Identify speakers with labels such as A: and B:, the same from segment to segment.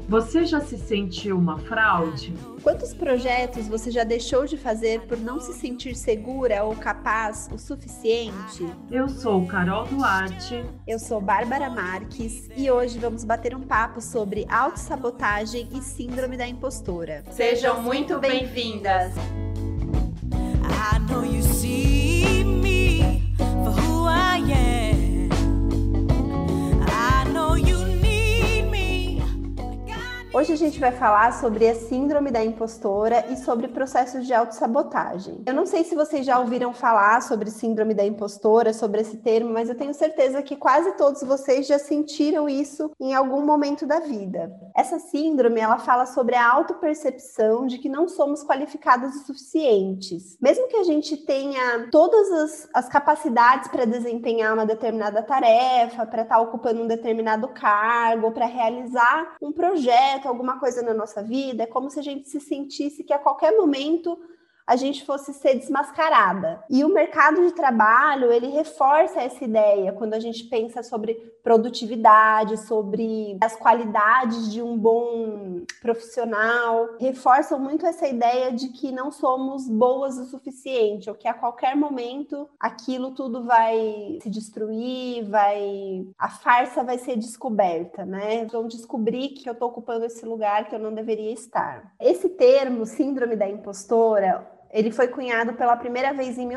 A: Você já se sentiu uma fraude?
B: Quantos projetos você já deixou de fazer por não se sentir segura ou capaz o suficiente?
A: Eu sou Carol Duarte.
B: Eu sou Bárbara Marques e hoje vamos bater um papo sobre autossabotagem e síndrome da impostora.
C: Sejam muito bem-vindas!
D: I know you see me for who I am. I know you need me.
B: Hoje a gente vai falar sobre a síndrome da impostora e sobre processos de autossabotagem. Eu não sei se vocês já ouviram falar sobre síndrome da impostora, sobre esse termo, mas eu tenho certeza que quase todos vocês já sentiram isso em algum momento da vida. Essa síndrome, ela fala sobre a autopercepção de que não somos qualificadas o suficientes. Mesmo que a gente tenha todas as capacidades para desempenhar uma determinada tarefa, para estar ocupando um determinado cargo, para realizar um projeto, alguma coisa na nossa vida, é como se a gente se sentisse que a qualquer momento a gente fosse ser desmascarada. E o mercado de trabalho, ele reforça essa ideia quando a gente pensa sobre produtividade, sobre as qualidades de um bom profissional. Reforçam muito essa ideia de que não somos boas o suficiente, ou que a qualquer momento aquilo tudo vai se destruir, a farsa vai ser descoberta, né? Vão descobrir que eu estou ocupando esse lugar que eu não deveria estar. Esse termo, síndrome da impostora, ele foi cunhado pela primeira vez em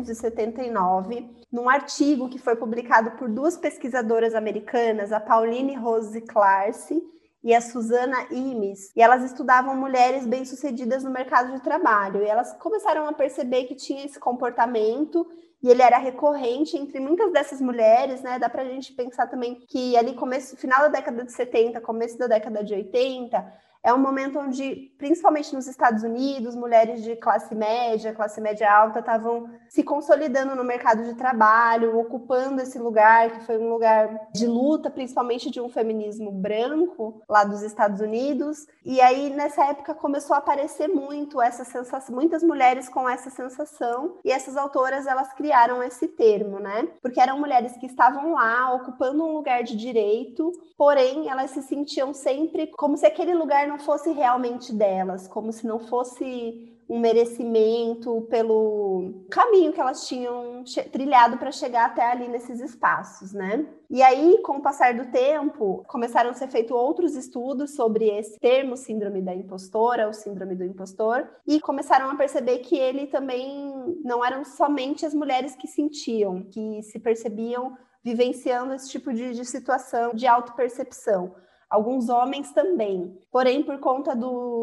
B: 1979, num artigo que foi publicado por duas pesquisadoras americanas, a Pauline Rose Clarce e a Susana Imes, e elas estudavam mulheres bem-sucedidas no mercado de trabalho, e elas começaram a perceber que tinha esse comportamento, e ele era recorrente entre muitas dessas mulheres, né? Dá pra gente pensar também que ali final da década de 70, começo da década de 80, é um momento onde, principalmente nos Estados Unidos, mulheres de classe média alta, estavam se consolidando no mercado de trabalho, ocupando esse lugar, que foi um lugar de luta, principalmente de um feminismo branco, lá dos Estados Unidos. E aí, nessa época, começou a aparecer muito essa sensação, muitas mulheres com essa sensação, e essas autoras, elas criaram esse termo, né? Porque eram mulheres que estavam lá, ocupando um lugar de direito, porém, elas se sentiam sempre como se aquele lugar não fosse realmente delas, como se não fosse um merecimento pelo caminho que elas tinham trilhado para chegar até ali nesses espaços, né? E aí, com o passar do tempo, começaram a ser feitos outros estudos sobre esse termo, síndrome da impostora, ou síndrome do impostor, e começaram a perceber que ele também não eram somente as mulheres que sentiam, que se percebiam vivenciando esse tipo de situação de autopercepção. Alguns homens também. Porém, por conta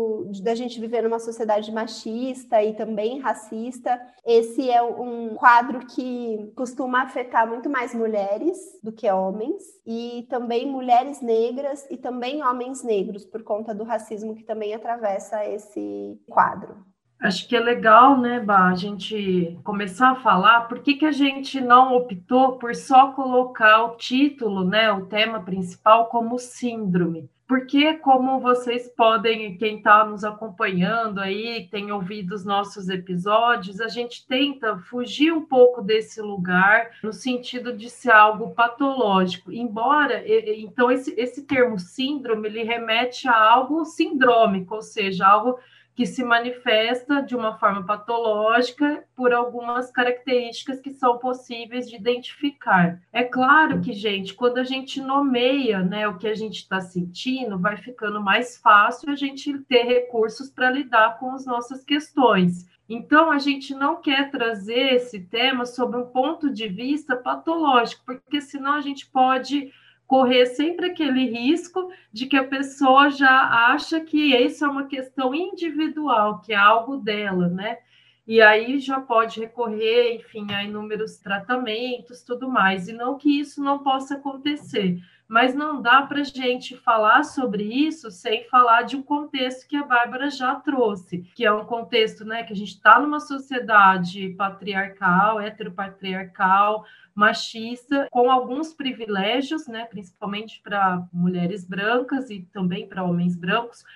B: da gente viver numa sociedade machista e também racista, esse é um quadro que costuma afetar muito mais mulheres do que homens, e também mulheres negras e também homens negros, por conta do racismo que também atravessa esse quadro.
A: Acho que é legal, né, Bá, a gente começar a falar por que a gente não optou por só colocar o título, né, o tema principal como síndrome. Porque, como vocês podem, quem está nos acompanhando aí, tem ouvido os nossos episódios, a gente tenta fugir um pouco desse lugar no sentido de ser algo patológico. Embora, então, esse termo síndrome, ele remete a algo sindrômico, ou seja, algo que se manifesta de uma forma patológica por algumas características que são possíveis de identificar. É claro que, gente, quando a gente nomeia, né, o que a gente está sentindo, vai ficando mais fácil a gente ter recursos para lidar com as nossas questões. Então, a gente não quer trazer esse tema sob um ponto de vista patológico, porque senão a gente pode correr sempre aquele risco de que a pessoa já acha que isso é uma questão individual, que é algo dela, né? E aí já pode recorrer, enfim, a inúmeros tratamentos, tudo mais, e não que isso não possa acontecer. Mas não dá para a gente falar sobre isso sem falar de um contexto que a Bárbara já trouxe, que é um contexto, né, que a gente está numa sociedade patriarcal, heteropatriarcal, machista, com alguns privilégios, né, principalmente para mulheres brancas e também para homens brancos,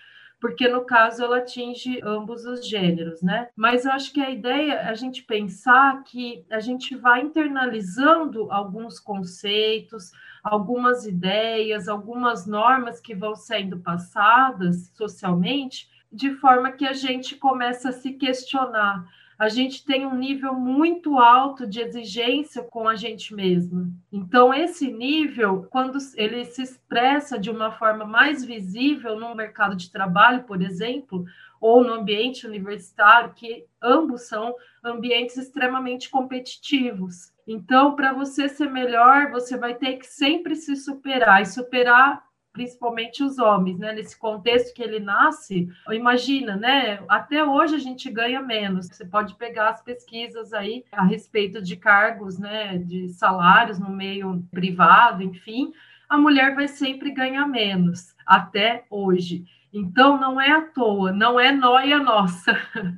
A: porque no caso ela atinge ambos os gêneros, né? Mas eu acho que a ideia é a gente pensar que a gente vai internalizando alguns conceitos, algumas ideias, algumas normas que vão sendo passadas socialmente, de forma que a gente começa a se questionar. A gente tem um nível muito alto de exigência com a gente mesma. Então, esse nível, quando ele se expressa de uma forma mais visível no mercado de trabalho, por exemplo, ou no ambiente universitário, que ambos são ambientes extremamente competitivos. Então, para você ser melhor, você vai ter que sempre se superar, e superar principalmente os homens, né? Nesse contexto que ele nasce, imagina, né? Até hoje a gente ganha menos. Você pode pegar as pesquisas aí a respeito de cargos, né? De salários no meio privado, enfim, a mulher vai sempre ganhar menos, até hoje. Então, não é à toa, não é nóia nossa.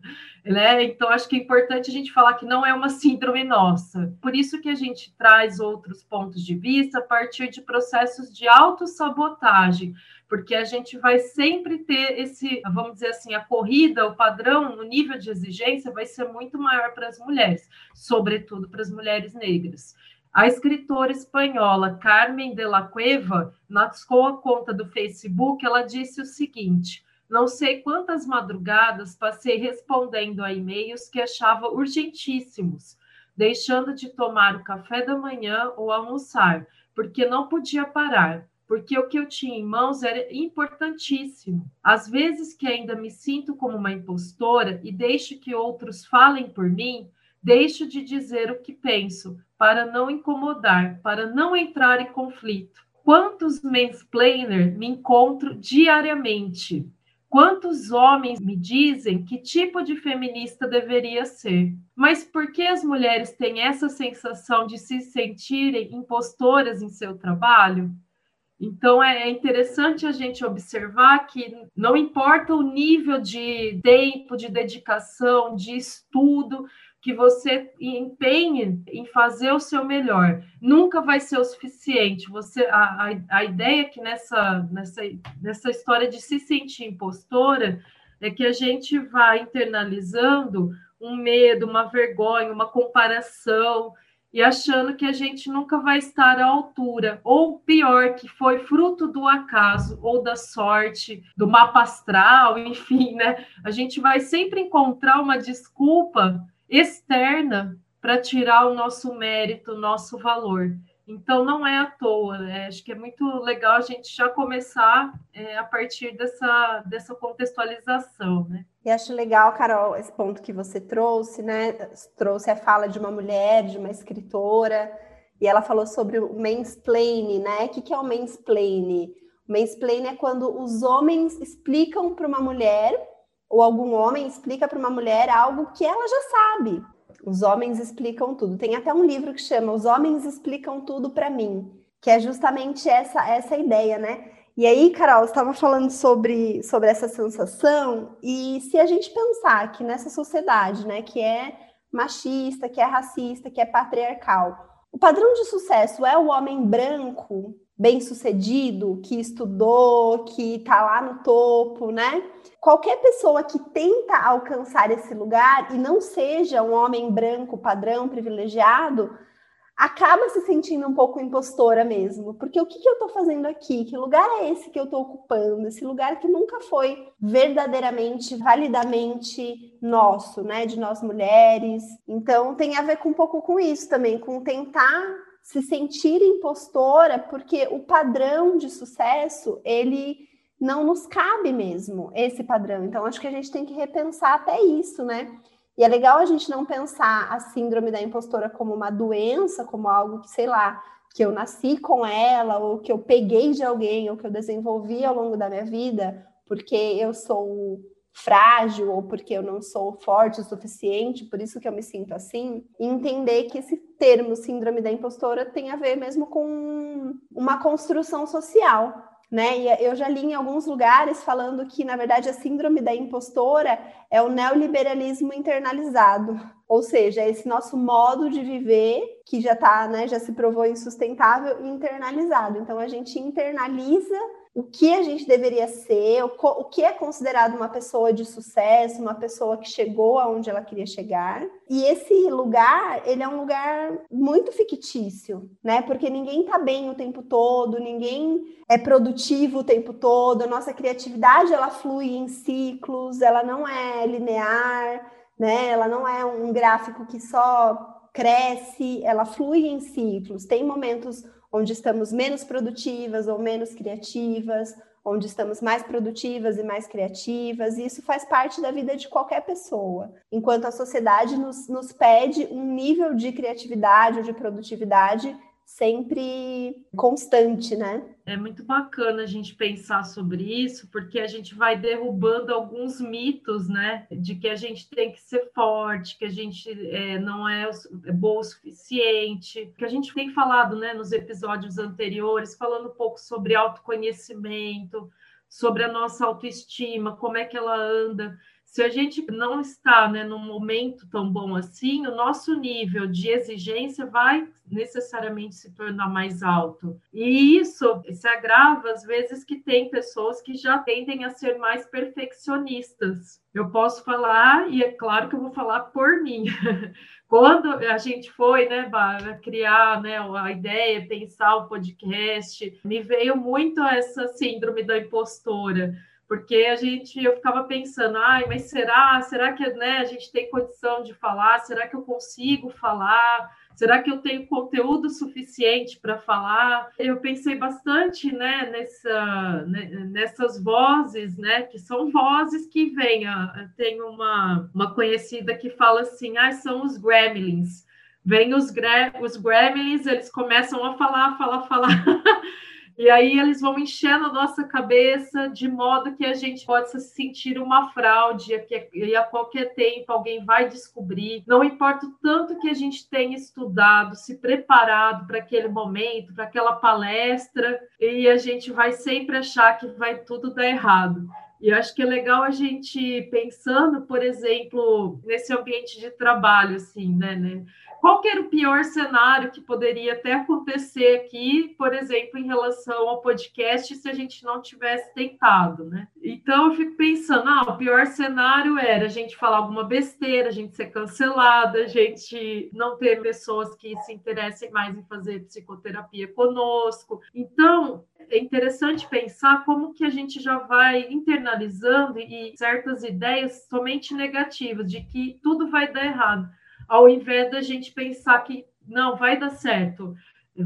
A: Né? Então, acho que é importante a gente falar que não é uma síndrome nossa. Por isso que a gente traz outros pontos de vista a partir de processos de autossabotagem, porque a gente vai sempre ter esse, vamos dizer assim, a corrida, o padrão, o nível de exigência vai ser muito maior para as mulheres, sobretudo para as mulheres negras. A escritora espanhola Carmen de la Cueva, na sua conta do Facebook, ela disse o seguinte: não sei quantas madrugadas passei respondendo a e-mails que achava urgentíssimos, deixando de tomar o café da manhã ou almoçar, porque não podia parar, porque o que eu tinha em mãos era importantíssimo. Às vezes que ainda me sinto como uma impostora e deixo que outros falem por mim, deixo de dizer o que penso, para não incomodar, para não entrar em conflito. Quantos mansplainers me encontro diariamente? Quantos homens me dizem que tipo de feminista deveria ser? Mas por que as mulheres têm essa sensação de se sentirem impostoras em seu trabalho? Então, é interessante a gente observar que não importa o nível de tempo, de dedicação, de estudo que você empenhe em fazer o seu melhor, nunca vai ser o suficiente. A ideia é que nessa história de se sentir impostora é que a gente vai internalizando um medo, uma vergonha, uma comparação, e achando que a gente nunca vai estar à altura, ou pior, que foi fruto do acaso, ou da sorte, do mapa astral, enfim, né? A gente vai sempre encontrar uma desculpa externa para tirar o nosso mérito, o nosso valor. Então, não é à toa, né? Acho que é muito legal a gente já começar a partir dessa contextualização, né?
B: E acho legal, Carol, esse ponto que você trouxe, né? Trouxe a fala de uma mulher, de uma escritora, e ela falou sobre o mansplaining, né? O que é o mansplaining? O mansplaining é quando os homens explicam para uma mulher, ou algum homem explica para uma mulher algo que ela já sabe. Os homens explicam tudo. Tem até um livro que chama Os Homens Explicam Tudo para Mim, que é justamente essa ideia, né? E aí, Carol, você estava falando sobre essa sensação, e se a gente pensar que nessa sociedade, né, que é machista, que é racista, que é patriarcal, o padrão de sucesso é o homem branco, bem-sucedido, que estudou, que está lá no topo, né? Qualquer pessoa que tenta alcançar esse lugar e não seja um homem branco, padrão, privilegiado, acaba se sentindo um pouco impostora mesmo, porque o que eu estou fazendo aqui? Que lugar é esse que eu estou ocupando? Esse lugar que nunca foi verdadeiramente, validamente nosso, né? De nós mulheres. Então tem a ver com um pouco com isso também, com tentar se sentir impostora, porque o padrão de sucesso, ele não nos cabe mesmo, esse padrão. Então acho que a gente tem que repensar até isso, né? E é legal a gente não pensar a síndrome da impostora como uma doença, como algo que, sei lá, que eu nasci com ela, ou que eu peguei de alguém, ou que eu desenvolvi ao longo da minha vida, porque eu sou frágil, ou porque eu não sou forte o suficiente, por isso que eu me sinto assim. E entender que esse termo síndrome da impostora tem a ver mesmo com uma construção social, né? E eu já li em alguns lugares falando que, na verdade, a síndrome da impostora é o neoliberalismo internalizado, ou seja, é esse nosso modo de viver que já tá, né, já se provou insustentável e internalizado. Então, a gente internaliza o que a gente deveria ser, o que é considerado uma pessoa de sucesso, uma pessoa que chegou aonde ela queria chegar. E esse lugar, ele é um lugar muito fictício, né? Porque ninguém tá bem o tempo todo, ninguém é produtivo o tempo todo, a nossa criatividade, ela flui em ciclos, ela não é linear, né? Ela não é um gráfico que só cresce, ela flui em ciclos. Tem momentos onde estamos menos produtivas ou menos criativas, onde estamos mais produtivas e mais criativas, e isso faz parte da vida de qualquer pessoa. Enquanto a sociedade nos pede um nível de criatividade ou de produtividade sempre constante, né?
A: É muito bacana a gente pensar sobre isso, porque a gente vai derrubando alguns mitos, né? De que a gente tem que ser forte, que a gente não é boa o suficiente, que a gente tem falado, né, nos episódios anteriores, falando um pouco sobre autoconhecimento, sobre a nossa autoestima, como é que ela anda. Se a gente não está, né, num momento tão bom assim, o nosso nível de exigência vai necessariamente se tornar mais alto. E isso se agrava, às vezes, que tem pessoas que já tendem a ser mais perfeccionistas. Eu posso falar, e é claro que eu vou falar por mim. Quando a gente foi, né, criar, né, a ideia, pensar o podcast, me veio muito essa síndrome da impostora, porque eu ficava pensando, mas será que, né, a gente tem condição de falar? Será que eu consigo falar? Será que eu tenho conteúdo suficiente para falar? Eu pensei bastante, né, nessas vozes, né, que são vozes que vêm. Tem uma conhecida que fala assim, são os gremlins. Vêm os gremlins, eles começam a falar. E aí eles vão enchendo a nossa cabeça de modo que a gente possa se sentir uma fraude e a qualquer tempo alguém vai descobrir. Não importa o tanto que a gente tenha estudado, se preparado para aquele momento, para aquela palestra, e a gente vai sempre achar que vai tudo dar errado. E eu acho que é legal a gente pensando, por exemplo, nesse ambiente de trabalho, assim, né? Qual que era o pior cenário que poderia até acontecer aqui, por exemplo, em relação ao podcast, se a gente não tivesse tentado, né? Então, eu fico pensando, o pior cenário era a gente falar alguma besteira, a gente ser cancelada, a gente não ter pessoas que se interessem mais em fazer psicoterapia conosco. Então, é interessante pensar como que a gente já vai internalizando e certas ideias somente negativas, de que tudo vai dar errado, ao invés da gente pensar que não, vai dar certo.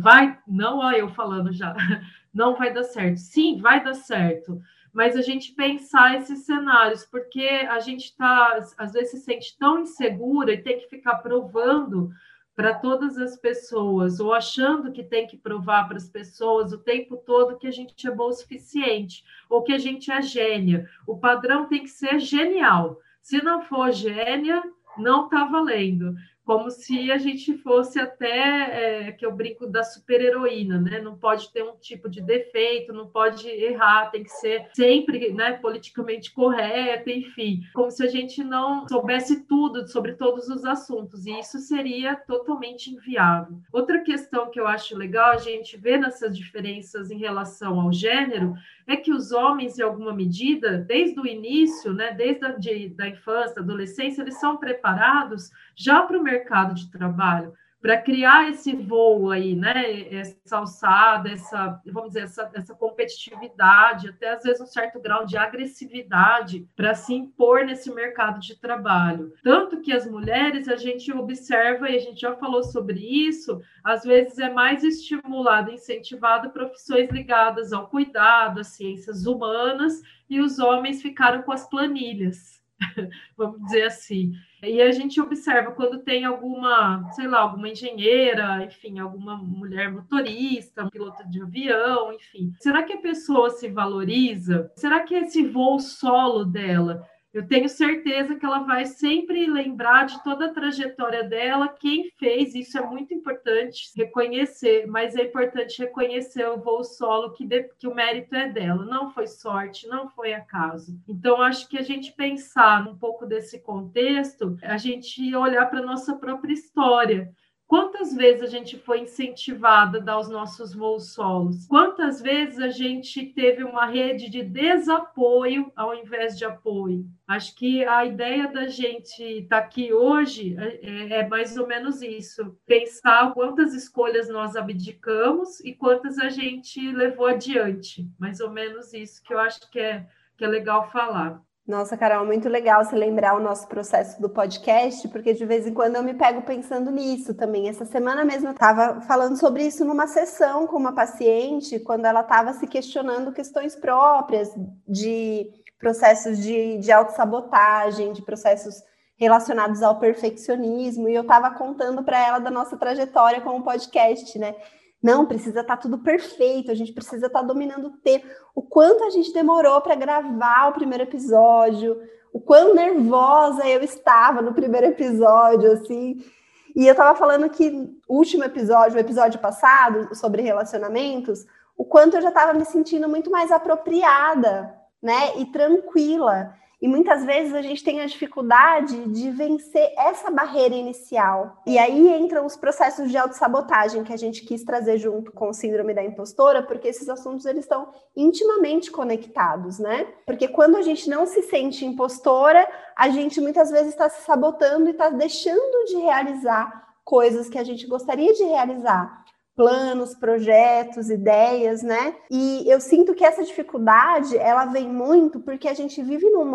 A: Não, eu falando já, não vai dar certo. Sim, vai dar certo. Mas a gente pensar esses cenários, porque a gente às vezes se sente tão insegura e tem que ficar provando para todas as pessoas, ou achando que tem que provar para as pessoas o tempo todo que a gente é bom o suficiente, ou que a gente é gênia. O padrão tem que ser genial. Se não for gênia, não está valendo. Como se a gente fosse até, que eu brinco da super-heroína, né? Não pode ter um tipo de defeito, não pode errar, tem que ser sempre, né, politicamente correta, enfim. Como se a gente não soubesse tudo sobre todos os assuntos, e isso seria totalmente inviável. Outra questão que eu acho legal a gente ver nessas diferenças em relação ao gênero é que os homens, em alguma medida, desde o início, né, desde da infância, da adolescência, eles são preparados já para o mercado de trabalho, para criar esse voo aí, né, essa alçada, vamos dizer, essa competitividade, até às vezes um certo grau de agressividade para se impor nesse mercado de trabalho. Tanto que as mulheres, a gente observa, e a gente já falou sobre isso, às vezes é mais estimulado, incentivado profissões ligadas ao cuidado, às ciências humanas, e os homens ficaram com as planilhas, vamos dizer assim. E a gente observa quando tem alguma, sei lá, alguma engenheira, enfim, alguma mulher motorista, um piloto de avião, enfim. Será que a pessoa se valoriza? Será que esse voo solo dela, eu tenho certeza que ela vai sempre lembrar de toda a trajetória dela, quem fez, isso é muito importante reconhecer, mas é importante reconhecer o voo solo, que o mérito é dela, não foi sorte, não foi acaso. Então, acho que a gente pensar um pouco desse contexto, a gente olhar para a nossa própria história, Quantas vezes a gente foi incentivada a dar os nossos voos solos? Quantas vezes a gente teve uma rede de desapoio ao invés de apoio? Acho que a ideia da gente estar aqui hoje é mais ou menos isso. Pensar quantas escolhas nós abdicamos e quantas a gente levou adiante. Mais ou menos isso que eu acho que é legal falar.
B: Nossa, Carol, muito legal você lembrar o nosso processo do podcast, porque de vez em quando eu me pego pensando nisso também. Essa semana mesmo eu estava falando sobre isso numa sessão com uma paciente, quando ela estava se questionando questões próprias de processos de autossabotagem, de processos relacionados ao perfeccionismo, e eu estava contando para ela da nossa trajetória com o podcast, né? Não, precisa estar tudo perfeito, a gente precisa estar dominando o tempo. O quanto a gente demorou para gravar o primeiro episódio, o quão nervosa eu estava no primeiro episódio, assim. E eu estava falando que o último episódio, o episódio passado, sobre relacionamentos, o quanto eu já estava me sentindo muito mais apropriada, né? E tranquila. E muitas vezes a gente tem a dificuldade de vencer essa barreira inicial. E aí entram os processos de autossabotagem que a gente quis trazer junto com o síndrome da impostora, porque esses assuntos eles estão intimamente conectados, né? Porque quando a gente não se sente impostora, a gente muitas vezes está se sabotando e está deixando de realizar coisas que a gente gostaria de realizar. Planos, projetos, ideias, né? E eu sinto que essa dificuldade, ela vem muito porque a gente vive num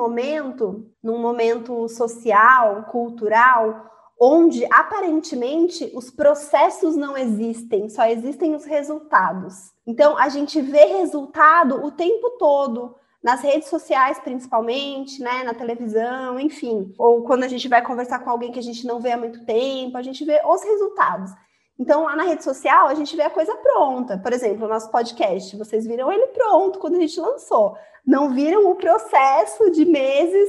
B: momento social, cultural, onde aparentemente os processos não existem, só existem os resultados. Então, a gente vê resultado o tempo todo, nas redes sociais principalmente, né, na televisão, enfim. Ou quando a gente vai conversar com alguém que a gente não vê há muito tempo, a gente vê os resultados. Então, lá na rede social, a gente vê a coisa pronta. Por exemplo, o nosso podcast, vocês viram ele pronto quando a gente lançou. Não viram o processo de meses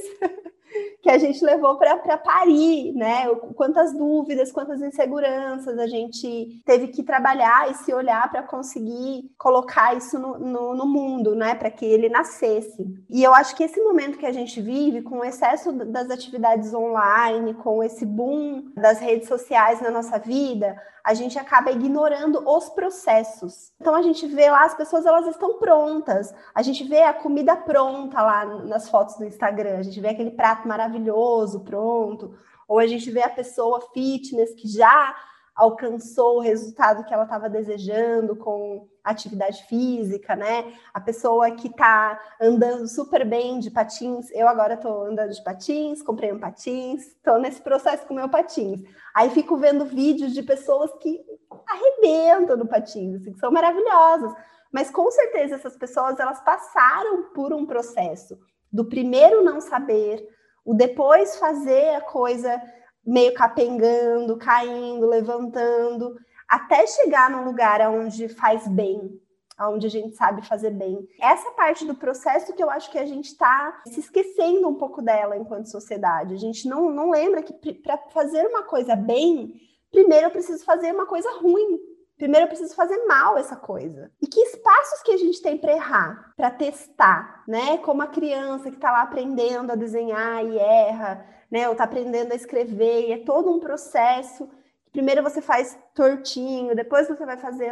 B: que a gente levou para parir, né? Quantas dúvidas, quantas inseguranças a gente teve que trabalhar e se olhar para conseguir colocar isso no mundo, né? Para que ele nascesse. E eu acho que esse momento que a gente vive, com o excesso das atividades online, com esse boom das redes sociais na nossa vida, a gente acaba ignorando os processos. Então, a gente vê lá, as pessoas, elas estão prontas. A gente vê a comida pronta lá nas fotos do Instagram. A gente vê aquele prato maravilhoso, pronto. Ou a gente vê a pessoa fitness que já alcançou o resultado que ela estava desejando com atividade física, né? A pessoa que está andando super bem de patins. Eu agora estou andando de patins, comprei um patins, estou nesse processo com o meu patins. Aí fico vendo vídeos de pessoas que arrebentam no patins, assim, que são maravilhosas. Mas com certeza essas pessoas, elas passaram por um processo do primeiro não saber, o depois fazer a coisa meio capengando, caindo, levantando, até chegar num lugar onde faz bem, onde a gente sabe fazer bem. Essa parte do processo que eu acho que a gente está se esquecendo um pouco dela enquanto sociedade. A gente não lembra que para fazer uma coisa bem, primeiro eu preciso fazer uma coisa ruim. Primeiro eu preciso fazer mal essa coisa. E que espaços que a gente tem para errar, para testar, né? Como a criança que está lá aprendendo a desenhar e erra, né? Ou está aprendendo a escrever, e é todo um processo. Primeiro você faz tortinho, depois você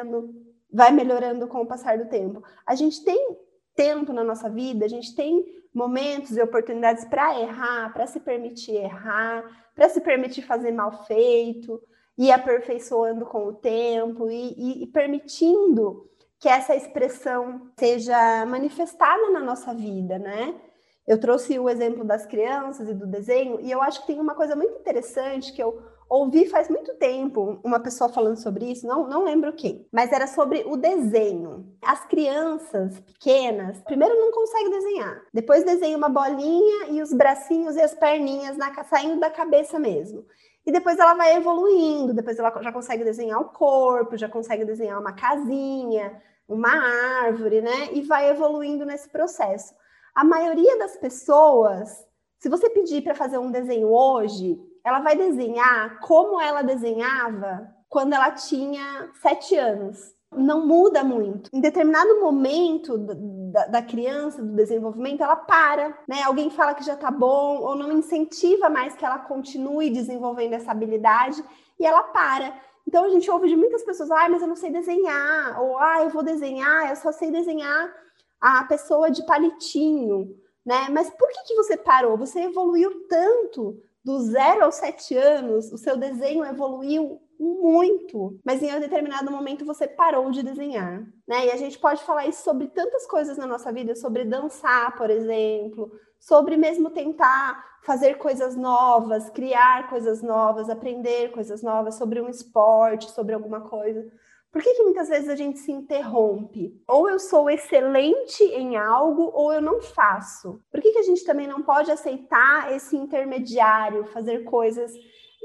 B: vai melhorando com o passar do tempo. A gente tem tempo na nossa vida, a gente tem momentos e oportunidades para errar, para se permitir errar, para se permitir fazer mal feito, e aperfeiçoando com o tempo e permitindo que essa expressão seja manifestada na nossa vida, né? Eu trouxe o exemplo das crianças e do desenho, e eu acho que tem uma coisa muito interessante que eu ouvi faz muito tempo, uma pessoa falando sobre isso, não lembro quem, mas era sobre o desenho. As crianças pequenas, primeiro não conseguem desenhar, depois desenha uma bolinha e os bracinhos e as perninhas saindo da cabeça mesmo. E depois ela vai evoluindo, depois ela já consegue desenhar o corpo, já consegue desenhar uma casinha, uma árvore, né? E vai evoluindo nesse processo. A maioria das pessoas, se você pedir para fazer um desenho hoje, ela vai desenhar como ela desenhava quando ela tinha 7 anos. Não muda muito. Em determinado momento da criança, do desenvolvimento, ela para, né? Alguém fala que já tá bom, ou não incentiva mais que ela continue desenvolvendo essa habilidade, e ela para. Então a gente ouve de muitas pessoas, mas eu não sei desenhar, ou eu vou desenhar, eu só sei desenhar a pessoa de palitinho, né? Mas por que você parou? Você evoluiu tanto do 0 aos 7 anos, o seu desenho evoluiu muito, mas em um determinado momento você parou de desenhar, né? E a gente pode falar isso sobre tantas coisas na nossa vida, sobre dançar, por exemplo, sobre mesmo tentar fazer coisas novas, criar coisas novas, aprender coisas novas sobre um esporte, sobre alguma coisa. Por que muitas vezes a gente se interrompe? Ou eu sou excelente em algo, ou eu não faço. Por que a gente também não pode aceitar esse intermediário, fazer coisas...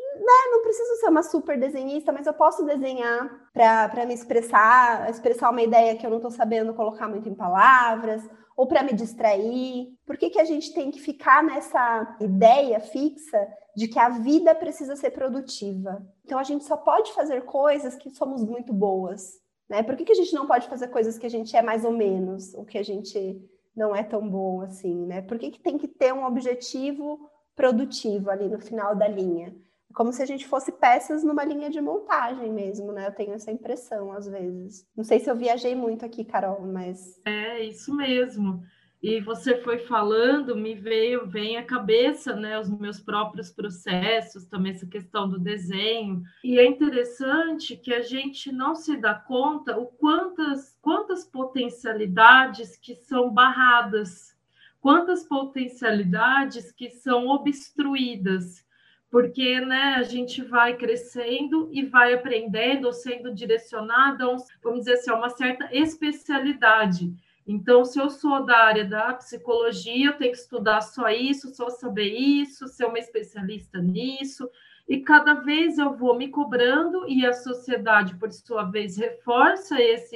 B: Não preciso ser uma super desenhista, mas eu posso desenhar para me expressar uma ideia que eu não estou sabendo colocar muito em palavras, ou para me distrair. Por que a gente tem que ficar nessa ideia fixa de que a vida precisa ser produtiva? Então a gente só pode fazer coisas que somos muito boas, né? Por que a gente não pode fazer coisas que a gente é mais ou menos, ou que a gente não é tão bom assim, né? Por que tem que ter um objetivo produtivo ali no final da linha? Como se a gente fosse peças numa linha de montagem mesmo, né? Eu tenho essa impressão, às vezes. Não sei se eu viajei muito aqui, Carol, mas...
A: É isso mesmo. E você foi falando, vem à cabeça, né, os meus próprios processos, também essa questão do desenho. E é interessante que a gente não se dá conta o quantas potencialidades que são barradas, quantas potencialidades que são obstruídas. Porque, né, a gente vai crescendo e vai aprendendo ou sendo direcionado a vamos dizer assim, a uma certa especialidade. Então, se eu sou da área da psicologia, eu tenho que estudar só isso, só saber isso, ser uma especialista nisso, e cada vez eu vou me cobrando, e a sociedade, por sua vez, reforça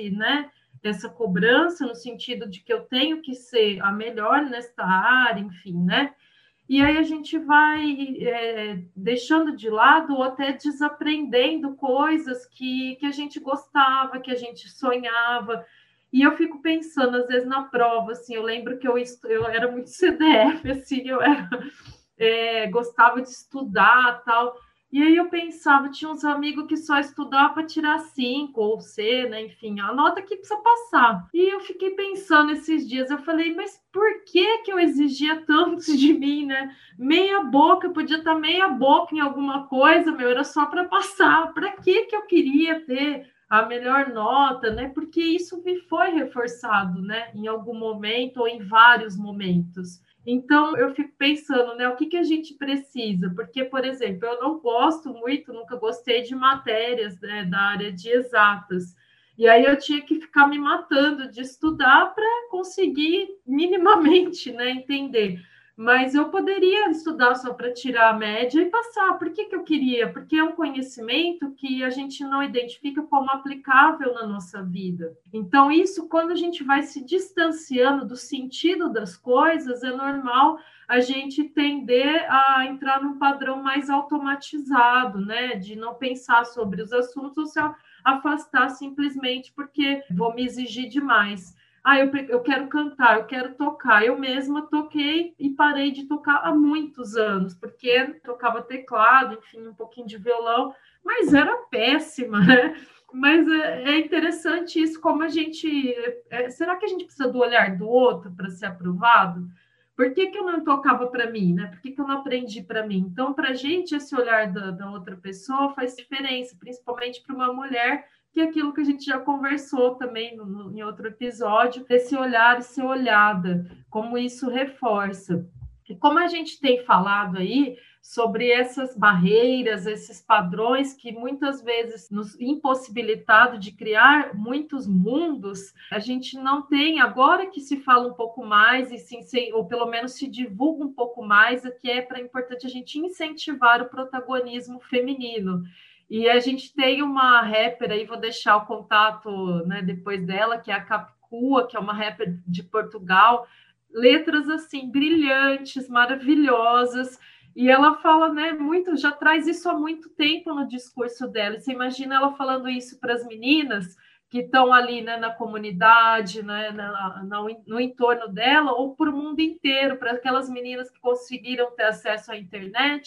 A: essa cobrança, no sentido de que eu tenho que ser a melhor nesta área, enfim, né? E aí a gente vai deixando de lado ou até desaprendendo coisas que a gente gostava, que a gente sonhava. E eu fico pensando, às vezes, na prova, assim, eu lembro que eu era muito CDF, assim, gostava de estudar, tal. E aí eu pensava, tinha uns amigos que só estudavam para tirar 5 ou C, né? Enfim, a nota que precisa passar. E eu fiquei pensando esses dias, eu falei, mas por que eu exigia tanto de mim, né? Meia boca, eu podia estar meia boca em alguma coisa, era só para passar. Para que eu queria ter a melhor nota, né? Porque isso me foi reforçado, né? Em algum momento ou em vários momentos. Então, eu fico pensando, né, o que a gente precisa? Porque, por exemplo, eu não gosto muito, nunca gostei de matérias, né, da área de exatas. E aí eu tinha que ficar me matando de estudar para conseguir minimamente, né, entender. Mas eu poderia estudar só para tirar a média e passar. Por que eu queria? Porque é um conhecimento que a gente não identifica como aplicável na nossa vida. Então, isso, quando a gente vai se distanciando do sentido das coisas, é normal a gente tender a entrar num padrão mais automatizado, né? De não pensar sobre os assuntos ou se afastar simplesmente porque vou me exigir demais. Eu quero cantar, eu quero tocar. Eu mesma toquei e parei de tocar há muitos anos, porque tocava teclado, enfim, um pouquinho de violão, mas era péssima, né? Mas é interessante isso, como a gente... será que a gente precisa do olhar do outro para ser aprovado? Por que eu não tocava para mim, né? Por que eu não aprendi para mim? Então, para a gente, esse olhar da outra pessoa faz diferença, principalmente para uma mulher, que é aquilo que a gente já conversou também em outro episódio, esse olhar e ser olhada, como isso reforça. E como a gente tem falado aí sobre essas barreiras, esses padrões que muitas vezes nos impossibilitado de criar muitos mundos, a gente não tem, agora que se fala um pouco mais, e sim, ou pelo menos se divulga um pouco mais, que é importante a gente incentivar o protagonismo feminino. E a gente tem uma rapper aí, vou deixar o contato, né, depois dela, que é a Capicua, que é uma rapper de Portugal, letras assim brilhantes, maravilhosas, e ela fala, né, muito, já traz isso há muito tempo no discurso dela. Você imagina ela falando isso para as meninas que estão ali, né, na comunidade, né, no entorno dela, ou para o mundo inteiro, para aquelas meninas que conseguiram ter acesso à internet,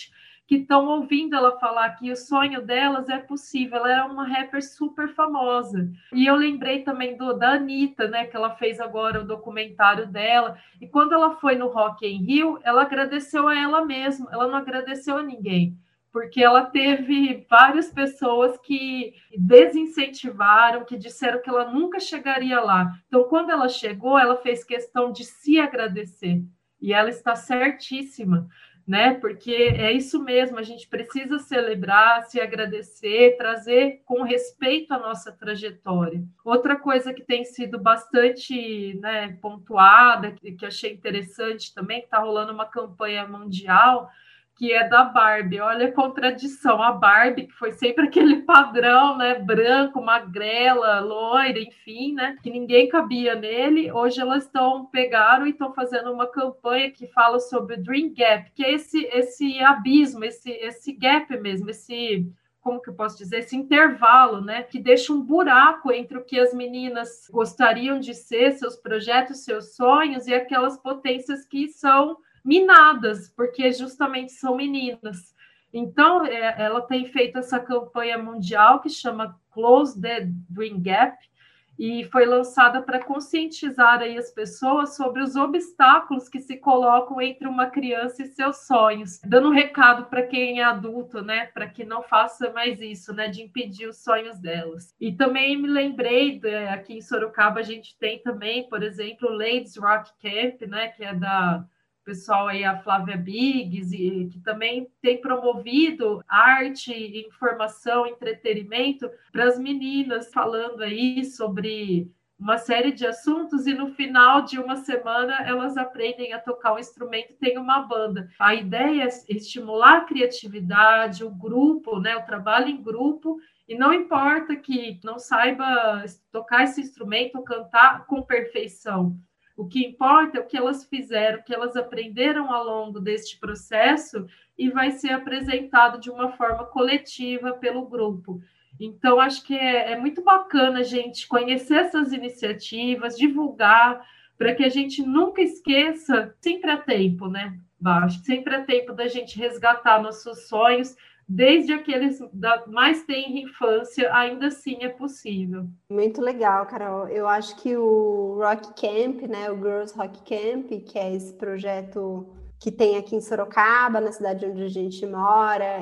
A: que estão ouvindo ela falar que o sonho delas é possível. Ela era uma rapper super famosa. E eu lembrei também da Anitta, né, que ela fez agora o documentário dela. E quando ela foi no Rock in Rio, ela agradeceu a ela mesma, ela não agradeceu a ninguém, porque ela teve várias pessoas que desincentivaram, que disseram que ela nunca chegaria lá. Então, quando ela chegou, ela fez questão de se agradecer. E ela está certíssima, né? Porque é isso mesmo, a gente precisa celebrar, se agradecer, trazer com respeito a nossa trajetória. Outra coisa que tem sido bastante, né, pontuada, que achei interessante também, que está rolando uma campanha mundial, que é da Barbie. Olha a contradição, a Barbie, que foi sempre aquele padrão, né, branco, magrela, loira, enfim, né, que ninguém cabia nele. Hoje elas pegaram e estão fazendo uma campanha que fala sobre o Dream Gap, que é esse abismo, esse gap mesmo, como que eu posso dizer, esse intervalo, né, que deixa um buraco entre o que as meninas gostariam de ser, seus projetos, seus sonhos, e aquelas potências que são minadas, porque justamente são meninas. Então, ela tem feito essa campanha mundial que chama Close the Dream Gap, e foi lançada para conscientizar aí as pessoas sobre os obstáculos que se colocam entre uma criança e seus sonhos, dando um recado para quem é adulto, né, para que não faça mais isso, né, de impedir os sonhos delas. E também me lembrei, aqui em Sorocaba a gente tem também, por exemplo, o Ladies Rock Camp, né, que é da pessoal aí, a Flávia Biggs, e que também tem promovido arte, informação, entretenimento para as meninas, falando aí sobre uma série de assuntos, e no final de uma semana elas aprendem a tocar um instrumento e tem uma banda. A ideia é estimular a criatividade, o grupo, né, o trabalho em grupo, e não importa que não saiba tocar esse instrumento ou cantar com perfeição. O que importa é o que elas fizeram, o que elas aprenderam ao longo deste processo, e vai ser apresentado de uma forma coletiva pelo grupo. Então, acho que é muito bacana a gente conhecer essas iniciativas, divulgar, para que a gente nunca esqueça, sempre há tempo, né? Acho que sempre há tempo da gente resgatar nossos sonhos, desde aqueles da mais tenra infância, ainda assim é possível.
B: Muito legal, Carol. Eu acho que o Rock Camp, né, o Girls Rock Camp, que é esse projeto que tem aqui em Sorocaba, na cidade onde a gente mora,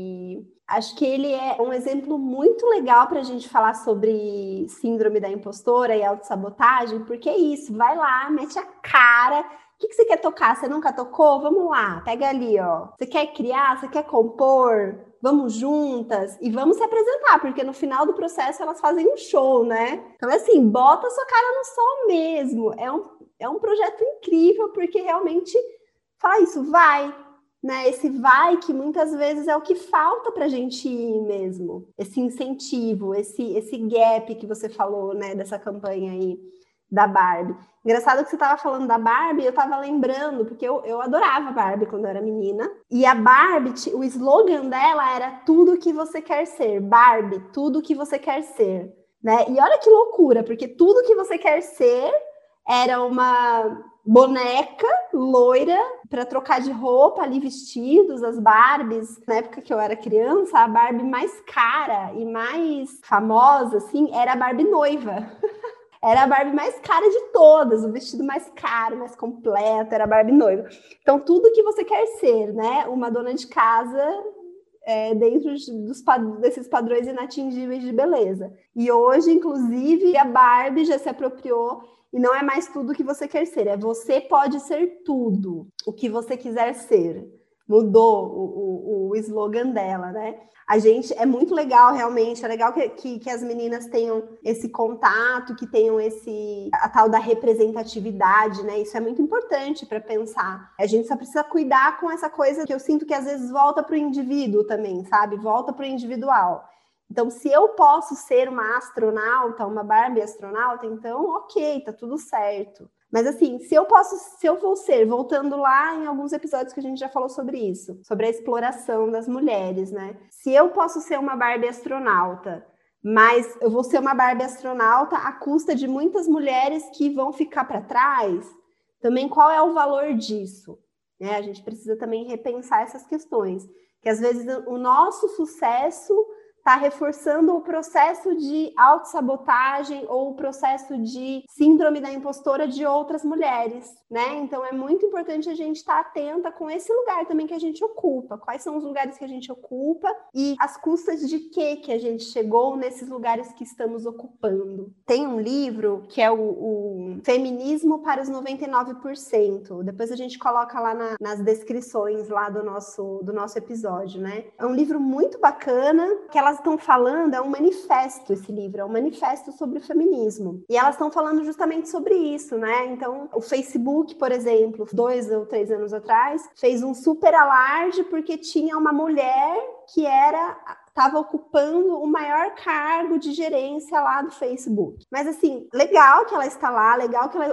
B: e acho que ele é um exemplo muito legal para a gente falar sobre síndrome da impostora e autossabotagem, porque é isso, vai lá, mete a cara. O que você quer tocar? Você nunca tocou? Vamos lá, pega ali, ó. Você quer criar? Você quer compor? Vamos juntas e vamos se apresentar, porque no final do processo elas fazem um show, né? Então, assim, bota a sua cara no sol mesmo. É um projeto incrível, porque realmente fala isso, vai, né? Esse vai que muitas vezes é o que falta pra gente ir mesmo. Esse incentivo, esse gap que você falou, né, dessa campanha aí da Barbie. Engraçado que você estava falando da Barbie, eu estava lembrando, porque eu adorava a Barbie quando eu era menina, e a Barbie, o slogan dela era tudo que você quer ser, Barbie, tudo que você quer ser, né? E olha que loucura, porque tudo que você quer ser era uma boneca loira para trocar de roupa ali, vestidos, as Barbies. Na época que eu era criança, a Barbie mais cara e mais famosa, assim, era a Barbie noiva. Era a Barbie mais cara de todas, o vestido mais caro, mais completo, era a Barbie noiva. Então, tudo que você quer ser, né? Uma dona de casa dentro desses padrões inatingíveis de beleza. E hoje, inclusive, a Barbie já se apropriou e não é mais tudo que você quer ser, é você pode ser tudo o que você quiser ser. Mudou o slogan dela, né? A gente, é muito legal, realmente, é legal que as meninas tenham esse contato, que tenham a tal da representatividade, né? Isso é muito importante para pensar. A gente só precisa cuidar com essa coisa que eu sinto que às vezes volta para o indivíduo também, sabe? Volta para o individual. Então, se eu posso ser uma astronauta, uma Barbie astronauta, então, ok, tá tudo certo. Mas assim, se eu vou ser, voltando lá em alguns episódios que a gente já falou sobre isso, sobre a exploração das mulheres, né? Se eu posso ser uma Barbie astronauta, mas eu vou ser uma Barbie astronauta à custa de muitas mulheres que vão ficar para trás, também qual é o valor disso? Né? A gente precisa também repensar essas questões. Que às vezes o nosso sucesso está reforçando o processo de autossabotagem ou o processo de síndrome da impostora de outras mulheres, né? Então é muito importante a gente estar atenta com esse lugar também que a gente ocupa. Quais são os lugares que a gente ocupa e as custas de que a gente chegou nesses lugares que estamos ocupando. Tem um livro que é o Feminismo para os 99%. Depois a gente coloca lá nas descrições lá do nosso episódio, né? É um livro muito bacana que elas estão falando, é um manifesto esse livro, é um manifesto sobre o feminismo. E elas estão falando justamente sobre isso, né? Então, o Facebook, por exemplo, 2 ou 3 anos atrás, fez um super alarde porque tinha uma mulher que estava ocupando o maior cargo de gerência lá do Facebook. Mas assim, legal que ela está lá, legal que ela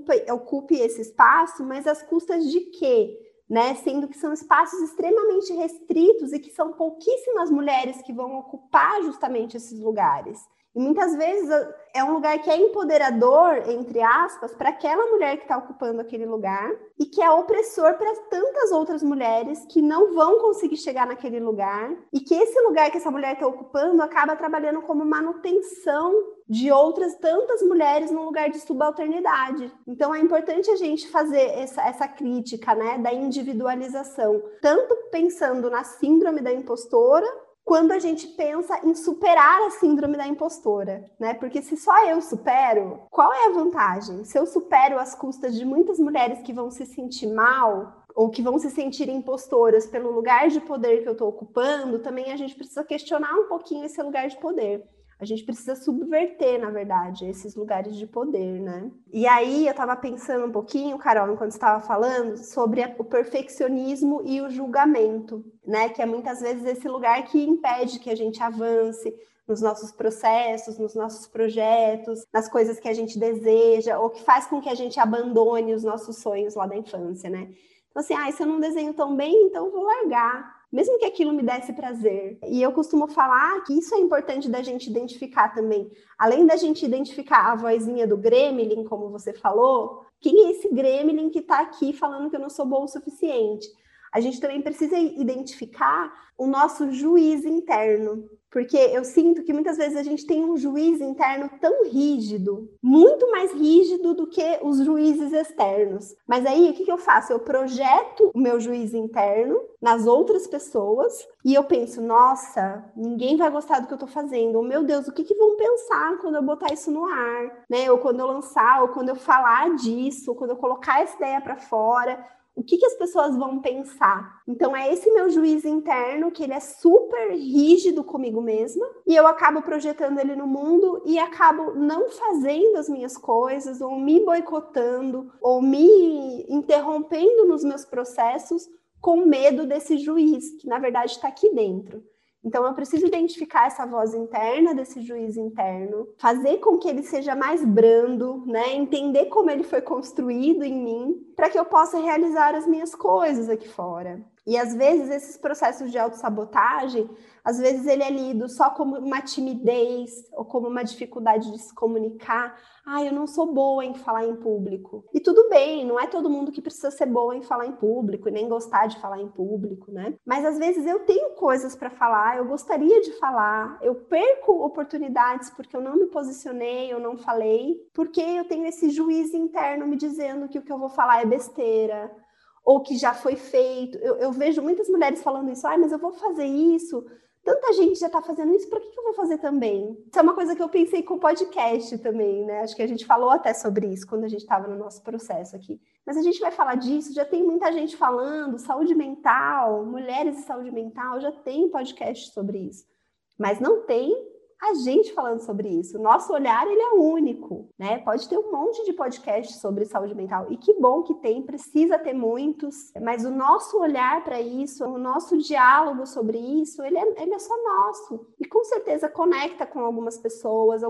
B: ocupe esse espaço, mas às custas de quê? Né? Sendo que são espaços extremamente restritos e que são pouquíssimas mulheres que vão ocupar justamente esses lugares. E muitas vezes é um lugar que é empoderador, entre aspas, para aquela mulher que está ocupando aquele lugar e que é opressor para tantas outras mulheres que não vão conseguir chegar naquele lugar e que esse lugar que essa mulher está ocupando acaba trabalhando como manutenção de outras tantas mulheres num lugar de subalternidade. Então é importante a gente fazer essa crítica, né, da individualização, tanto pensando na síndrome da impostora, quando a gente pensa em superar a síndrome da impostora, né? Porque se só eu supero, qual é a vantagem? Se eu supero às custas de muitas mulheres que vão se sentir mal ou que vão se sentir impostoras pelo lugar de poder que eu estou ocupando, também a gente precisa questionar um pouquinho esse lugar de poder. A gente precisa subverter, na verdade, esses lugares de poder, né? E aí eu estava pensando um pouquinho, Carol, enquanto estava falando, sobre o perfeccionismo e o julgamento, né? Que é muitas vezes esse lugar que impede que a gente avance nos nossos processos, nos nossos projetos, nas coisas que a gente deseja, ou que faz com que a gente abandone os nossos sonhos lá da infância, né? Então assim, se eu não desenho tão bem, então eu vou largar. Mesmo que aquilo me desse prazer. E eu costumo falar que isso é importante da gente identificar também. Além da gente identificar a vozinha do gremlin, como você falou, quem é esse gremlin que está aqui falando que eu não sou boa o suficiente? A gente também precisa identificar o nosso juiz interno. Porque eu sinto que muitas vezes a gente tem um juiz interno tão rígido, muito mais rígido do que os juízes externos. Mas aí, o que eu faço? Eu projeto o meu juiz interno nas outras pessoas e eu penso, nossa, ninguém vai gostar do que eu tô fazendo. Ou, meu Deus, o que vão pensar quando eu botar isso no ar? Né? Ou quando eu lançar, ou quando eu falar disso, ou quando eu colocar essa ideia para fora. O que as pessoas vão pensar? Então, é esse meu juiz interno, que ele é super rígido comigo mesma, e eu acabo projetando ele no mundo e acabo não fazendo as minhas coisas, ou me boicotando, ou me interrompendo nos meus processos com medo desse juiz, que na verdade está aqui dentro. Então, eu preciso identificar essa voz interna desse juiz interno, fazer com que ele seja mais brando, né? Entender como ele foi construído em mim, para que eu possa realizar as minhas coisas aqui fora. E, às vezes, esses processos de autossabotagem, às vezes ele é lido só como uma timidez ou como uma dificuldade de se comunicar. Eu não sou boa em falar em público. E tudo bem, não é todo mundo que precisa ser boa em falar em público e nem gostar de falar em público, né? Mas, às vezes, eu tenho coisas para falar, eu gostaria de falar, eu perco oportunidades porque eu não me posicionei, eu não falei, porque eu tenho esse juiz interno me dizendo que o que eu vou falar é besteira, ou que já foi feito. Eu vejo muitas mulheres falando isso, mas eu vou fazer isso, tanta gente já está fazendo isso, por que eu vou fazer também? Isso é uma coisa que eu pensei com o podcast também, né? Acho que a gente falou até sobre isso quando a gente estava no nosso processo aqui. Mas a gente vai falar disso, já tem muita gente falando, saúde mental, mulheres e saúde mental, já tem podcast sobre isso. Mas não tem a gente falando sobre isso. O nosso olhar, ele é único, né? Pode ter um monte de podcast sobre saúde mental, e que bom que tem, precisa ter muitos, mas o nosso olhar para isso, o nosso diálogo sobre isso, ele é só nosso. E com certeza conecta com algumas pessoas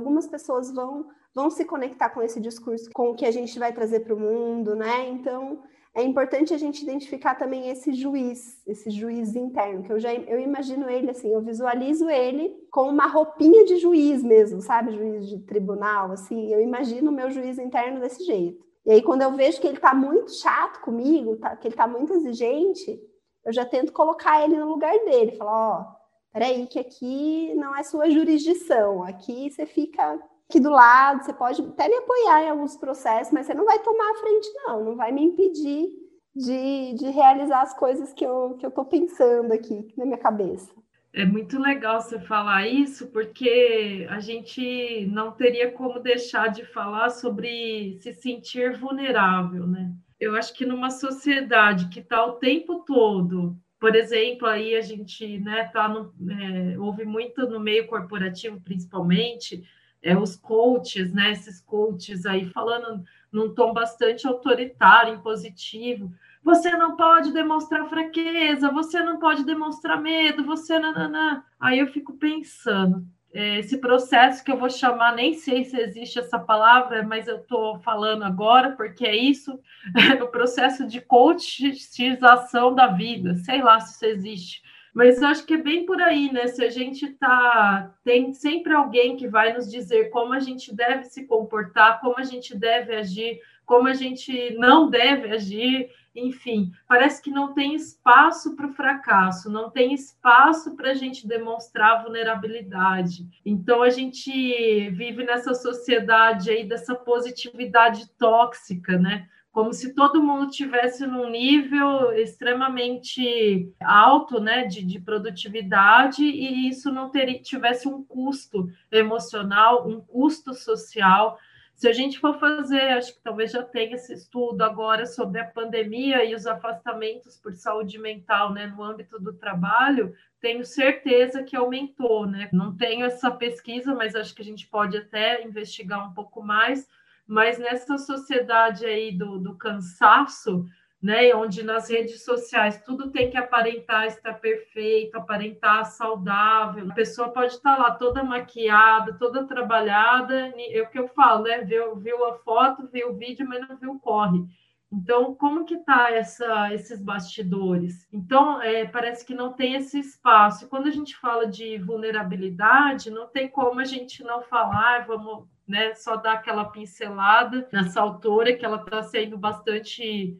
B: vão se conectar com esse discurso, com o que a gente vai trazer para o mundo, né? Então, é importante a gente identificar também esse juiz interno, que eu imagino ele assim, eu visualizo ele com uma roupinha de juiz mesmo, sabe? Juiz de tribunal, assim, eu imagino o meu juiz interno desse jeito. E aí, quando eu vejo que ele tá muito chato comigo, que ele tá muito exigente, eu já tento colocar ele no lugar dele, falar, ó, peraí, que aqui não é sua jurisdição, aqui você fica aqui do lado, você pode até me apoiar em alguns processos, mas você não vai tomar a frente, não vai me impedir de realizar as coisas que eu estou pensando aqui na minha cabeça.
A: É muito legal você falar isso, porque a gente não teria como deixar de falar sobre se sentir vulnerável, né? Eu acho que numa sociedade que está o tempo todo, por exemplo, aí a gente, né, ouve muito no meio corporativo, principalmente, os coaches, né, esses coaches aí falando num tom bastante autoritário, impositivo. Você não pode demonstrar fraqueza, você não pode demonstrar medo, você nananã. Aí eu fico pensando, esse processo que eu vou chamar, nem sei se existe essa palavra, mas eu estou falando agora, porque é isso, o processo de coachização da vida, sei lá se isso existe. Mas eu acho que é bem por aí, né? Se a gente tem sempre alguém que vai nos dizer como a gente deve se comportar, como a gente deve agir, como a gente não deve agir, enfim, parece que não tem espaço para o fracasso, não tem espaço para a gente demonstrar vulnerabilidade. Então, a gente vive nessa sociedade aí dessa positividade tóxica, né? Como se todo mundo tivesse num nível extremamente alto, né, de produtividade, e isso não tivesse um custo emocional, um custo social. Se a gente for fazer, acho que talvez já tenha esse estudo agora sobre a pandemia e os afastamentos por saúde mental, né, no âmbito do trabalho, tenho certeza que aumentou, né? Não tenho essa pesquisa, mas acho que a gente pode até investigar um pouco mais. Mas nessa sociedade aí do cansaço, né, onde nas redes sociais tudo tem que aparentar estar perfeito, aparentar saudável, a pessoa pode estar lá toda maquiada, toda trabalhada, é o que eu falo, né, viu a foto, viu o vídeo, mas não viu o corre. Então, como que está esses bastidores? Então, parece que não tem esse espaço. E quando a gente fala de vulnerabilidade, não tem como a gente não falar, vamos, né, só dar aquela pincelada nessa autora, que ela está sendo bastante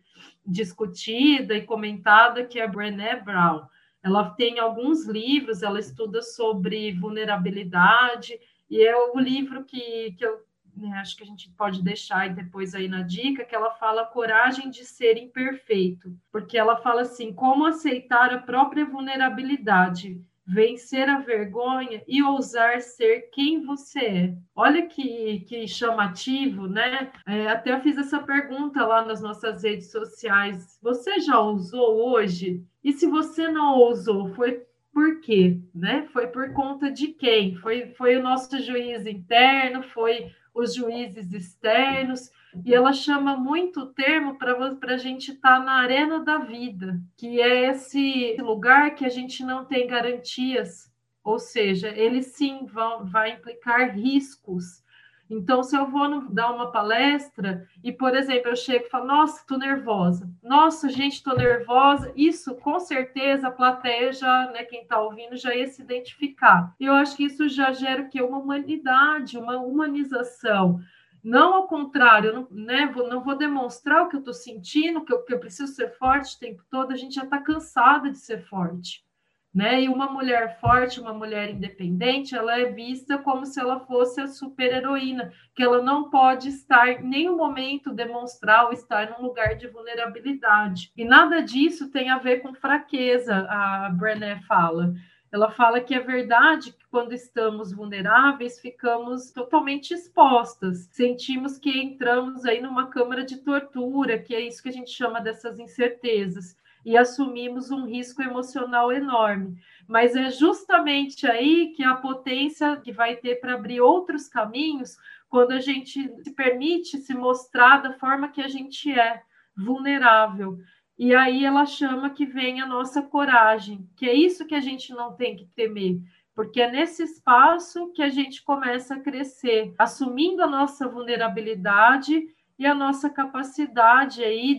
A: discutida e comentada, que é a Brené Brown. Ela tem alguns livros, ela estuda sobre vulnerabilidade, e é o livro que eu acho que a gente pode deixar e depois aí na dica, que ela fala coragem de ser imperfeito, porque ela fala assim, como aceitar a própria vulnerabilidade, vencer a vergonha e ousar ser quem você é. Olha que chamativo, né? Até eu fiz essa pergunta lá nas nossas redes sociais, você já ousou hoje? E se você não ousou, foi por quê? Né? Foi por conta de quem? Foi o nosso juiz interno, foi os juízes externos, e ela chama muito o termo para a gente estar na arena da vida, que é esse lugar que a gente não tem garantias, ou seja, ele sim vai implicar riscos. Então, se eu vou dar uma palestra e, por exemplo, eu chego e falo, nossa, estou nervosa. Nossa, gente, estou nervosa. Isso, com certeza, a plateia já, né, quem está ouvindo, já ia se identificar. E eu acho que isso já gera o quê? Uma humanidade, uma humanização. Não ao contrário, não vou demonstrar o que eu estou sentindo, que eu preciso ser forte o tempo todo. A gente já está cansada de ser forte. Né? E uma mulher forte, uma mulher independente, ela é vista como se ela fosse a super-heroína, que ela não pode estar em nenhum momento demonstrar ou estar num lugar de vulnerabilidade. E nada disso tem a ver com fraqueza, a Brené fala. Ela fala que é verdade que quando estamos vulneráveis, ficamos totalmente expostas. Sentimos que entramos aí numa câmara de tortura, que é isso que a gente chama dessas incertezas. E assumimos um risco emocional enorme. Mas é justamente aí que a potência que vai ter para abrir outros caminhos, quando a gente se permite se mostrar da forma que a gente é, vulnerável. E aí ela chama que vem a nossa coragem, que é isso que a gente não tem que temer, porque é nesse espaço que a gente começa a crescer, assumindo a nossa vulnerabilidade e a nossa capacidade aí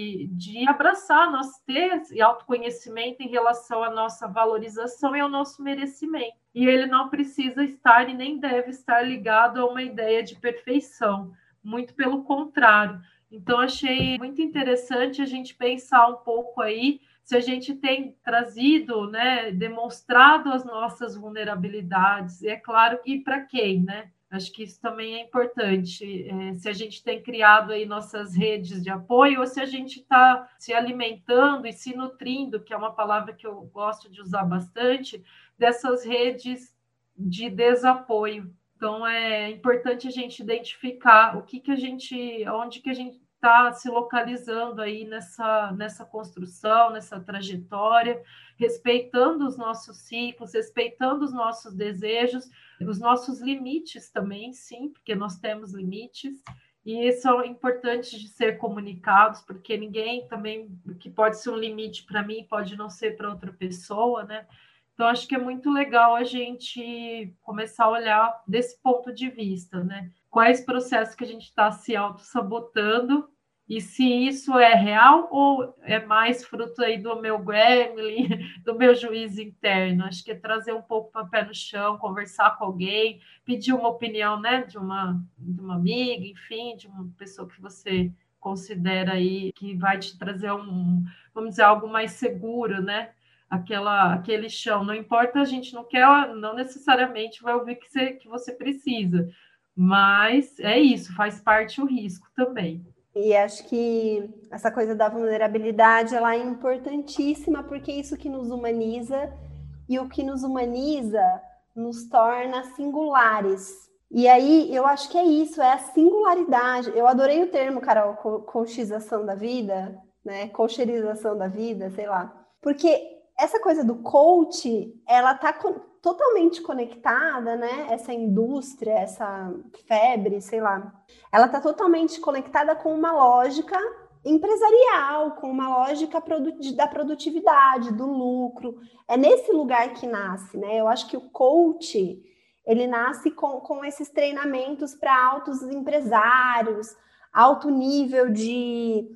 A: de abraçar, nós ter esse autoconhecimento em relação à nossa valorização e ao nosso merecimento. E ele não precisa estar e nem deve estar ligado a uma ideia de perfeição, muito pelo contrário. Então, achei muito interessante a gente pensar um pouco aí se a gente tem trazido, né, demonstrado as nossas vulnerabilidades, e é claro que para quem, né? Acho que isso também é importante, se a gente tem criado aí nossas redes de apoio ou se a gente está se alimentando e se nutrindo, que é uma palavra que eu gosto de usar bastante, dessas redes de desapoio. Então, é importante a gente identificar onde que a gente está se localizando aí nessa construção, nessa trajetória, respeitando os nossos ciclos, respeitando os nossos desejos, os nossos limites também, sim, porque nós temos limites, e são importantes de ser comunicados, porque ninguém também, que pode ser um limite para mim, pode não ser para outra pessoa, né? Então, acho que é muito legal a gente começar a olhar desse ponto de vista, né? Quais processos que a gente está se auto-sabotando e se isso é real ou é mais fruto aí do meu gremlin, do meu juízo interno. Acho que é trazer um pouco o pé no chão, conversar com alguém, pedir uma opinião, né, de uma amiga, enfim, de uma pessoa que você considera aí que vai te trazer vamos dizer, algo mais seguro, né? Aquele chão. Não importa, a gente não quer, não necessariamente vai ouvir que você precisa, mas é isso, faz parte o risco também.
B: E acho que essa coisa da vulnerabilidade, ela é importantíssima, porque é isso que nos humaniza, e o que nos humaniza nos torna singulares. E aí, eu acho que é isso, é a singularidade. Eu adorei o termo, Carol, coachização da vida, né? Coacherização da vida, sei lá. Porque essa coisa do coach, ela tá totalmente conectada, né? Essa indústria, essa febre, sei lá. Ela tá totalmente conectada com uma lógica empresarial, com uma lógica da produtividade, do lucro. É nesse lugar que nasce, né? Eu acho que o coach, ele nasce com esses treinamentos para altos empresários, alto nível de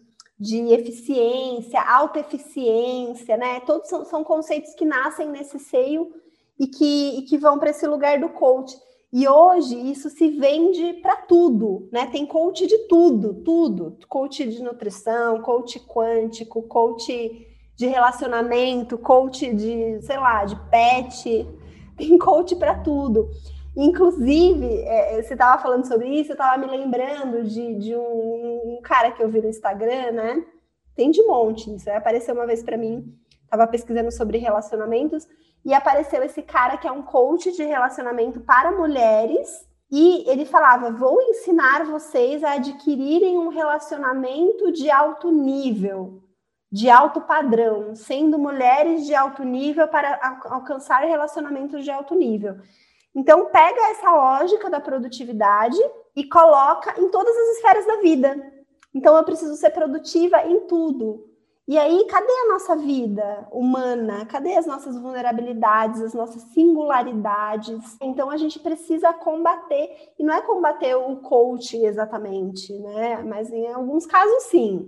B: eficiência, alta eficiência, né? Todos são conceitos que nascem nesse seio e que vão para esse lugar do coach. E hoje isso se vende para tudo, né? Tem coach de tudo. Coach de nutrição, coach quântico, coach de relacionamento, coach de, sei lá, de pet. Tem coach para tudo. Inclusive, você estava falando sobre isso, eu estava me lembrando de um cara que eu vi no Instagram, né? Tem de monte, isso apareceu uma vez para mim, estava pesquisando sobre relacionamentos, e apareceu esse cara que é um coach de relacionamento para mulheres, e ele falava, vou ensinar vocês a adquirirem um relacionamento de alto nível, de alto padrão, sendo mulheres de alto nível para alcançar relacionamentos de alto nível. Então, pega essa lógica da produtividade e coloca em todas as esferas da vida. Então, eu preciso ser produtiva em tudo. E aí, cadê a nossa vida humana? Cadê as nossas vulnerabilidades, as nossas singularidades? Então, a gente precisa combater. E não é combater o coach exatamente, né? Mas em alguns casos, sim.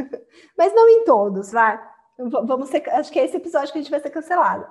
B: Mas não em todos, vai. Acho que é esse episódio que a gente vai ser cancelado.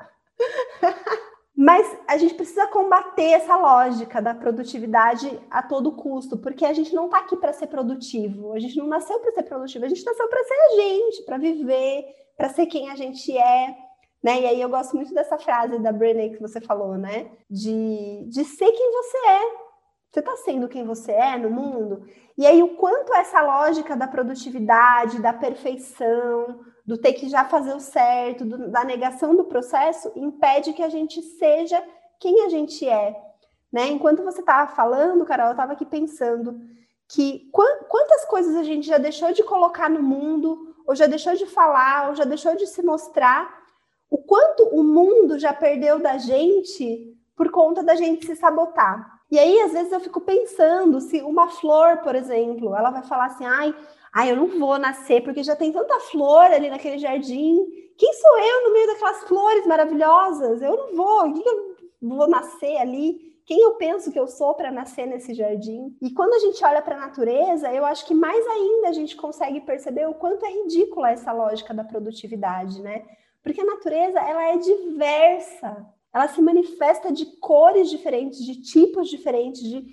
B: Mas a gente precisa combater essa lógica da produtividade a todo custo, porque a gente não está aqui para ser produtivo, a gente não nasceu para ser produtivo, a gente nasceu para ser a gente, para viver, para ser quem a gente é, né? E aí eu gosto muito dessa frase da Brené que você falou, né? De ser quem você é. Você está sendo quem você é no mundo? E aí o quanto essa lógica da produtividade, da perfeição, do ter que já fazer o certo, da negação do processo, impede que a gente seja quem a gente é, né? Enquanto você estava falando, Carol, eu estava aqui pensando que quantas coisas a gente já deixou de colocar no mundo, ou já deixou de falar, ou já deixou de se mostrar, o quanto o mundo já perdeu da gente por conta da gente se sabotar. E aí, às vezes, eu fico pensando se uma flor, por exemplo, ela vai falar assim, eu não vou nascer, porque já tem tanta flor ali naquele jardim. Quem sou eu no meio daquelas flores maravilhosas? Eu não vou. O que eu vou nascer ali? Quem eu penso que eu sou para nascer nesse jardim? E quando a gente olha para a natureza, eu acho que mais ainda a gente consegue perceber o quanto é ridícula essa lógica da produtividade, né? Porque a natureza, ela é diversa. Ela se manifesta de cores diferentes, de tipos diferentes,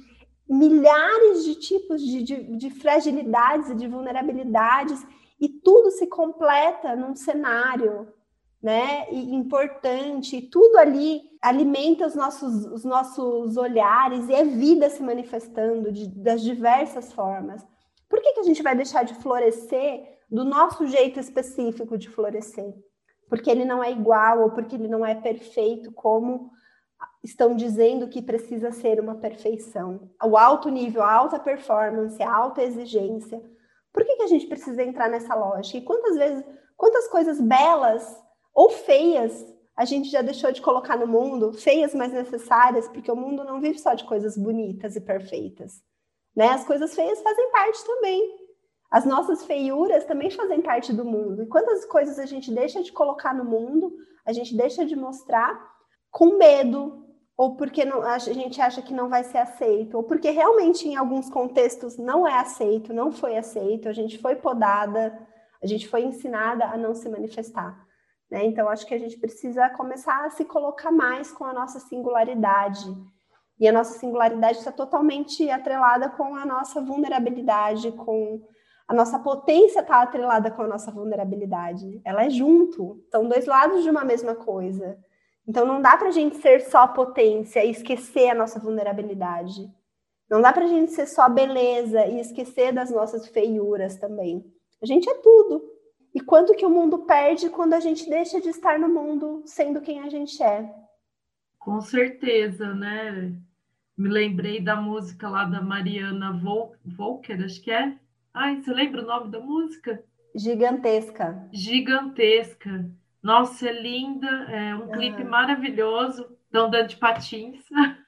B: milhares de tipos de fragilidades e de vulnerabilidades, e tudo se completa num cenário, né, e importante, e tudo ali alimenta os nossos olhares, e é vida se manifestando das diversas formas. Por que a gente vai deixar de florescer do nosso jeito específico de florescer? Porque ele não é igual, ou porque ele não é perfeito, como estão dizendo que precisa ser uma perfeição. O alto nível, a alta performance, a alta exigência. Por que a gente precisa entrar nessa lógica? E quantas coisas belas ou feias a gente já deixou de colocar no mundo, feias, mas necessárias, porque o mundo não vive só de coisas bonitas e perfeitas, né? As coisas feias fazem parte também. As nossas feiuras também fazem parte do mundo. E quantas coisas a gente deixa de colocar no mundo, a gente deixa de mostrar com medo, ou porque a gente acha que não vai ser aceito, ou porque realmente em alguns contextos não é aceito, não foi aceito, a gente foi podada, a gente foi ensinada a não se manifestar. Né? Então, acho que a gente precisa começar a se colocar mais com a nossa singularidade. E a nossa singularidade está totalmente atrelada com a nossa vulnerabilidade, com a nossa potência está atrelada com a nossa vulnerabilidade. Ela é junto, são dois lados de uma mesma coisa. Então, não dá para a gente ser só potência e esquecer a nossa vulnerabilidade. Não dá para a gente ser só beleza e esquecer das nossas feiuras também. A gente é tudo. E quanto que o mundo perde quando a gente deixa de estar no mundo sendo quem a gente é?
A: Com certeza, né? Me lembrei da música lá da Mariana Volker, acho que é. Ai, você lembra o nome da música?
B: Gigantesca.
A: Gigantesca. Nossa, é linda, é um clipe maravilhoso, estão andando de patins.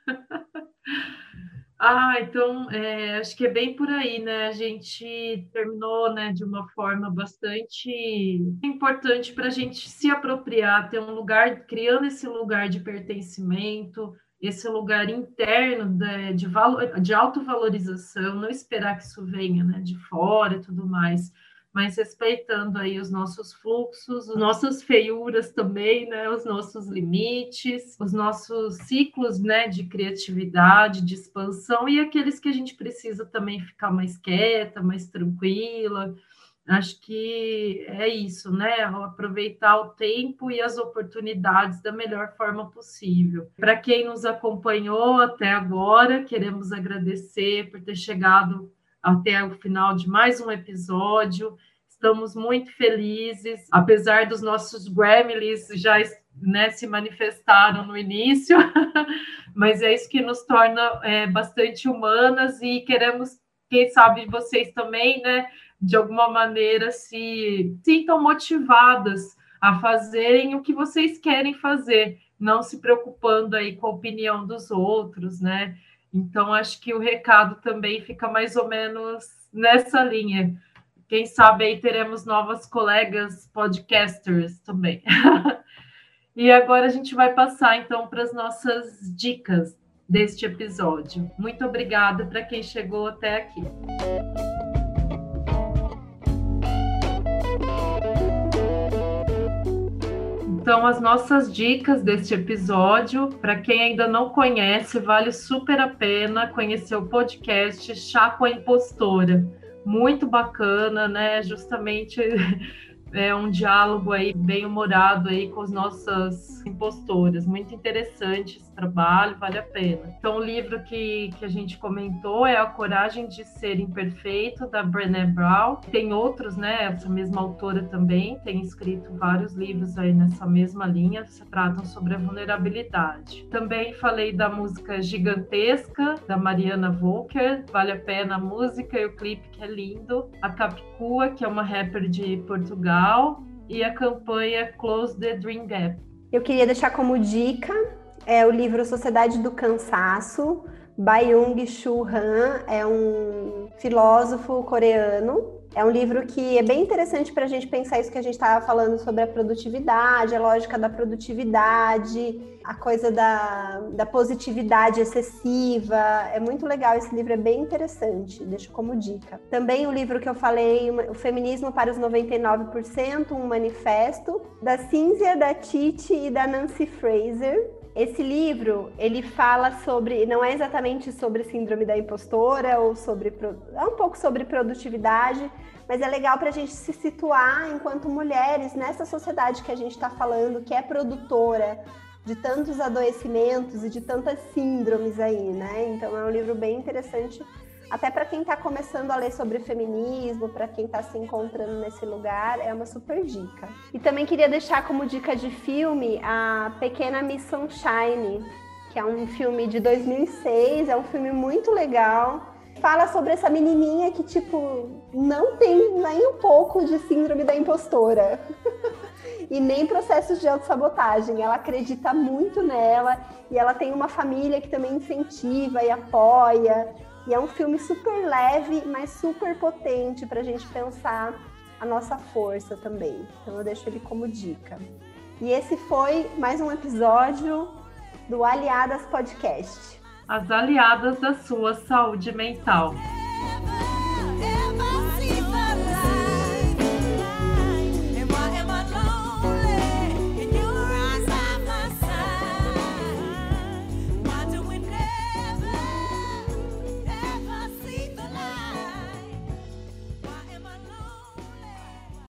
A: Então, acho que é bem por aí, né? A gente terminou, né, de uma forma bastante importante para a gente se apropriar, ter um lugar, criando esse lugar de pertencimento, esse lugar interno de autovalorização, não esperar que isso venha, né, de fora e tudo mais, mas respeitando aí os nossos fluxos, as nossas feiuras também, né, os nossos limites, os nossos ciclos, né, de criatividade, de expansão, e aqueles que a gente precisa também ficar mais quieta, mais tranquila. Acho que é isso, né? Aproveitar o tempo e as oportunidades da melhor forma possível. Para quem nos acompanhou até agora, queremos agradecer por ter chegado até o final de mais um episódio. Estamos muito felizes, apesar dos nossos Gremlins já, né, se manifestaram no início, mas é isso que nos torna bastante humanas, e queremos, quem sabe, vocês também, né, de alguma maneira se sintam motivadas a fazerem o que vocês querem fazer, não se preocupando aí com a opinião dos outros, né? Então, acho que o recado também fica mais ou menos nessa linha. Quem sabe aí teremos novas colegas podcasters também. E agora a gente vai passar, então, para as nossas dicas deste episódio. Muito obrigada para quem chegou até aqui. Então, as nossas dicas deste episódio, para quem ainda não conhece, vale super a pena conhecer o podcast Chá com a Impostora. Muito bacana, né? Justamente é um diálogo aí bem humorado aí com as nossas impostoras. Muito interessante esse trabalho, vale a pena. Então, o livro que a gente comentou é A Coragem de Ser Imperfeito, da Brené Brown. Tem outros, né? Essa mesma autora também tem escrito vários livros aí nessa mesma linha, que se tratam sobre a vulnerabilidade. Também falei da música Gigantesca, da Mariana Volker. Vale a pena a música e o clipe, que é lindo. A Capicua, que é uma rapper de Portugal, e a campanha Close the Dream Gap.
B: Eu queria deixar como dica o livro Sociedade do Cansaço, Byung-Chul Han, é um filósofo coreano. É um livro que é bem interessante para a gente pensar isso que a gente estava falando sobre a produtividade, a lógica da produtividade, a coisa da positividade excessiva. É muito legal, esse livro é bem interessante, deixo como dica. Também o livro que eu falei, O Feminismo para os 99%, um manifesto, da Cínzia, da Titi e da Nancy Fraser. Esse livro, ele fala sobre, não é exatamente sobre síndrome da impostora, ou é um pouco sobre produtividade, mas é legal para a gente se situar enquanto mulheres nessa sociedade que a gente está falando, que é produtora de tantos adoecimentos e de tantas síndromes aí, né? Então é um livro bem interessante, até para quem está começando a ler sobre feminismo, para quem está se encontrando nesse lugar, é uma super dica. E também queria deixar como dica de filme a Pequena Miss Sunshine, que é um filme de 2006, é um filme muito legal. Fala sobre essa menininha que, tipo, não tem nem um pouco de síndrome da impostora. E nem processos de autossabotagem. Ela acredita muito nela e ela tem uma família que também incentiva e apoia. E é um filme super leve, mas super potente para a gente pensar a nossa força também. Então eu deixo ele como dica. E esse foi mais um episódio do Aliadas Podcast.
A: As aliadas da sua saúde mental.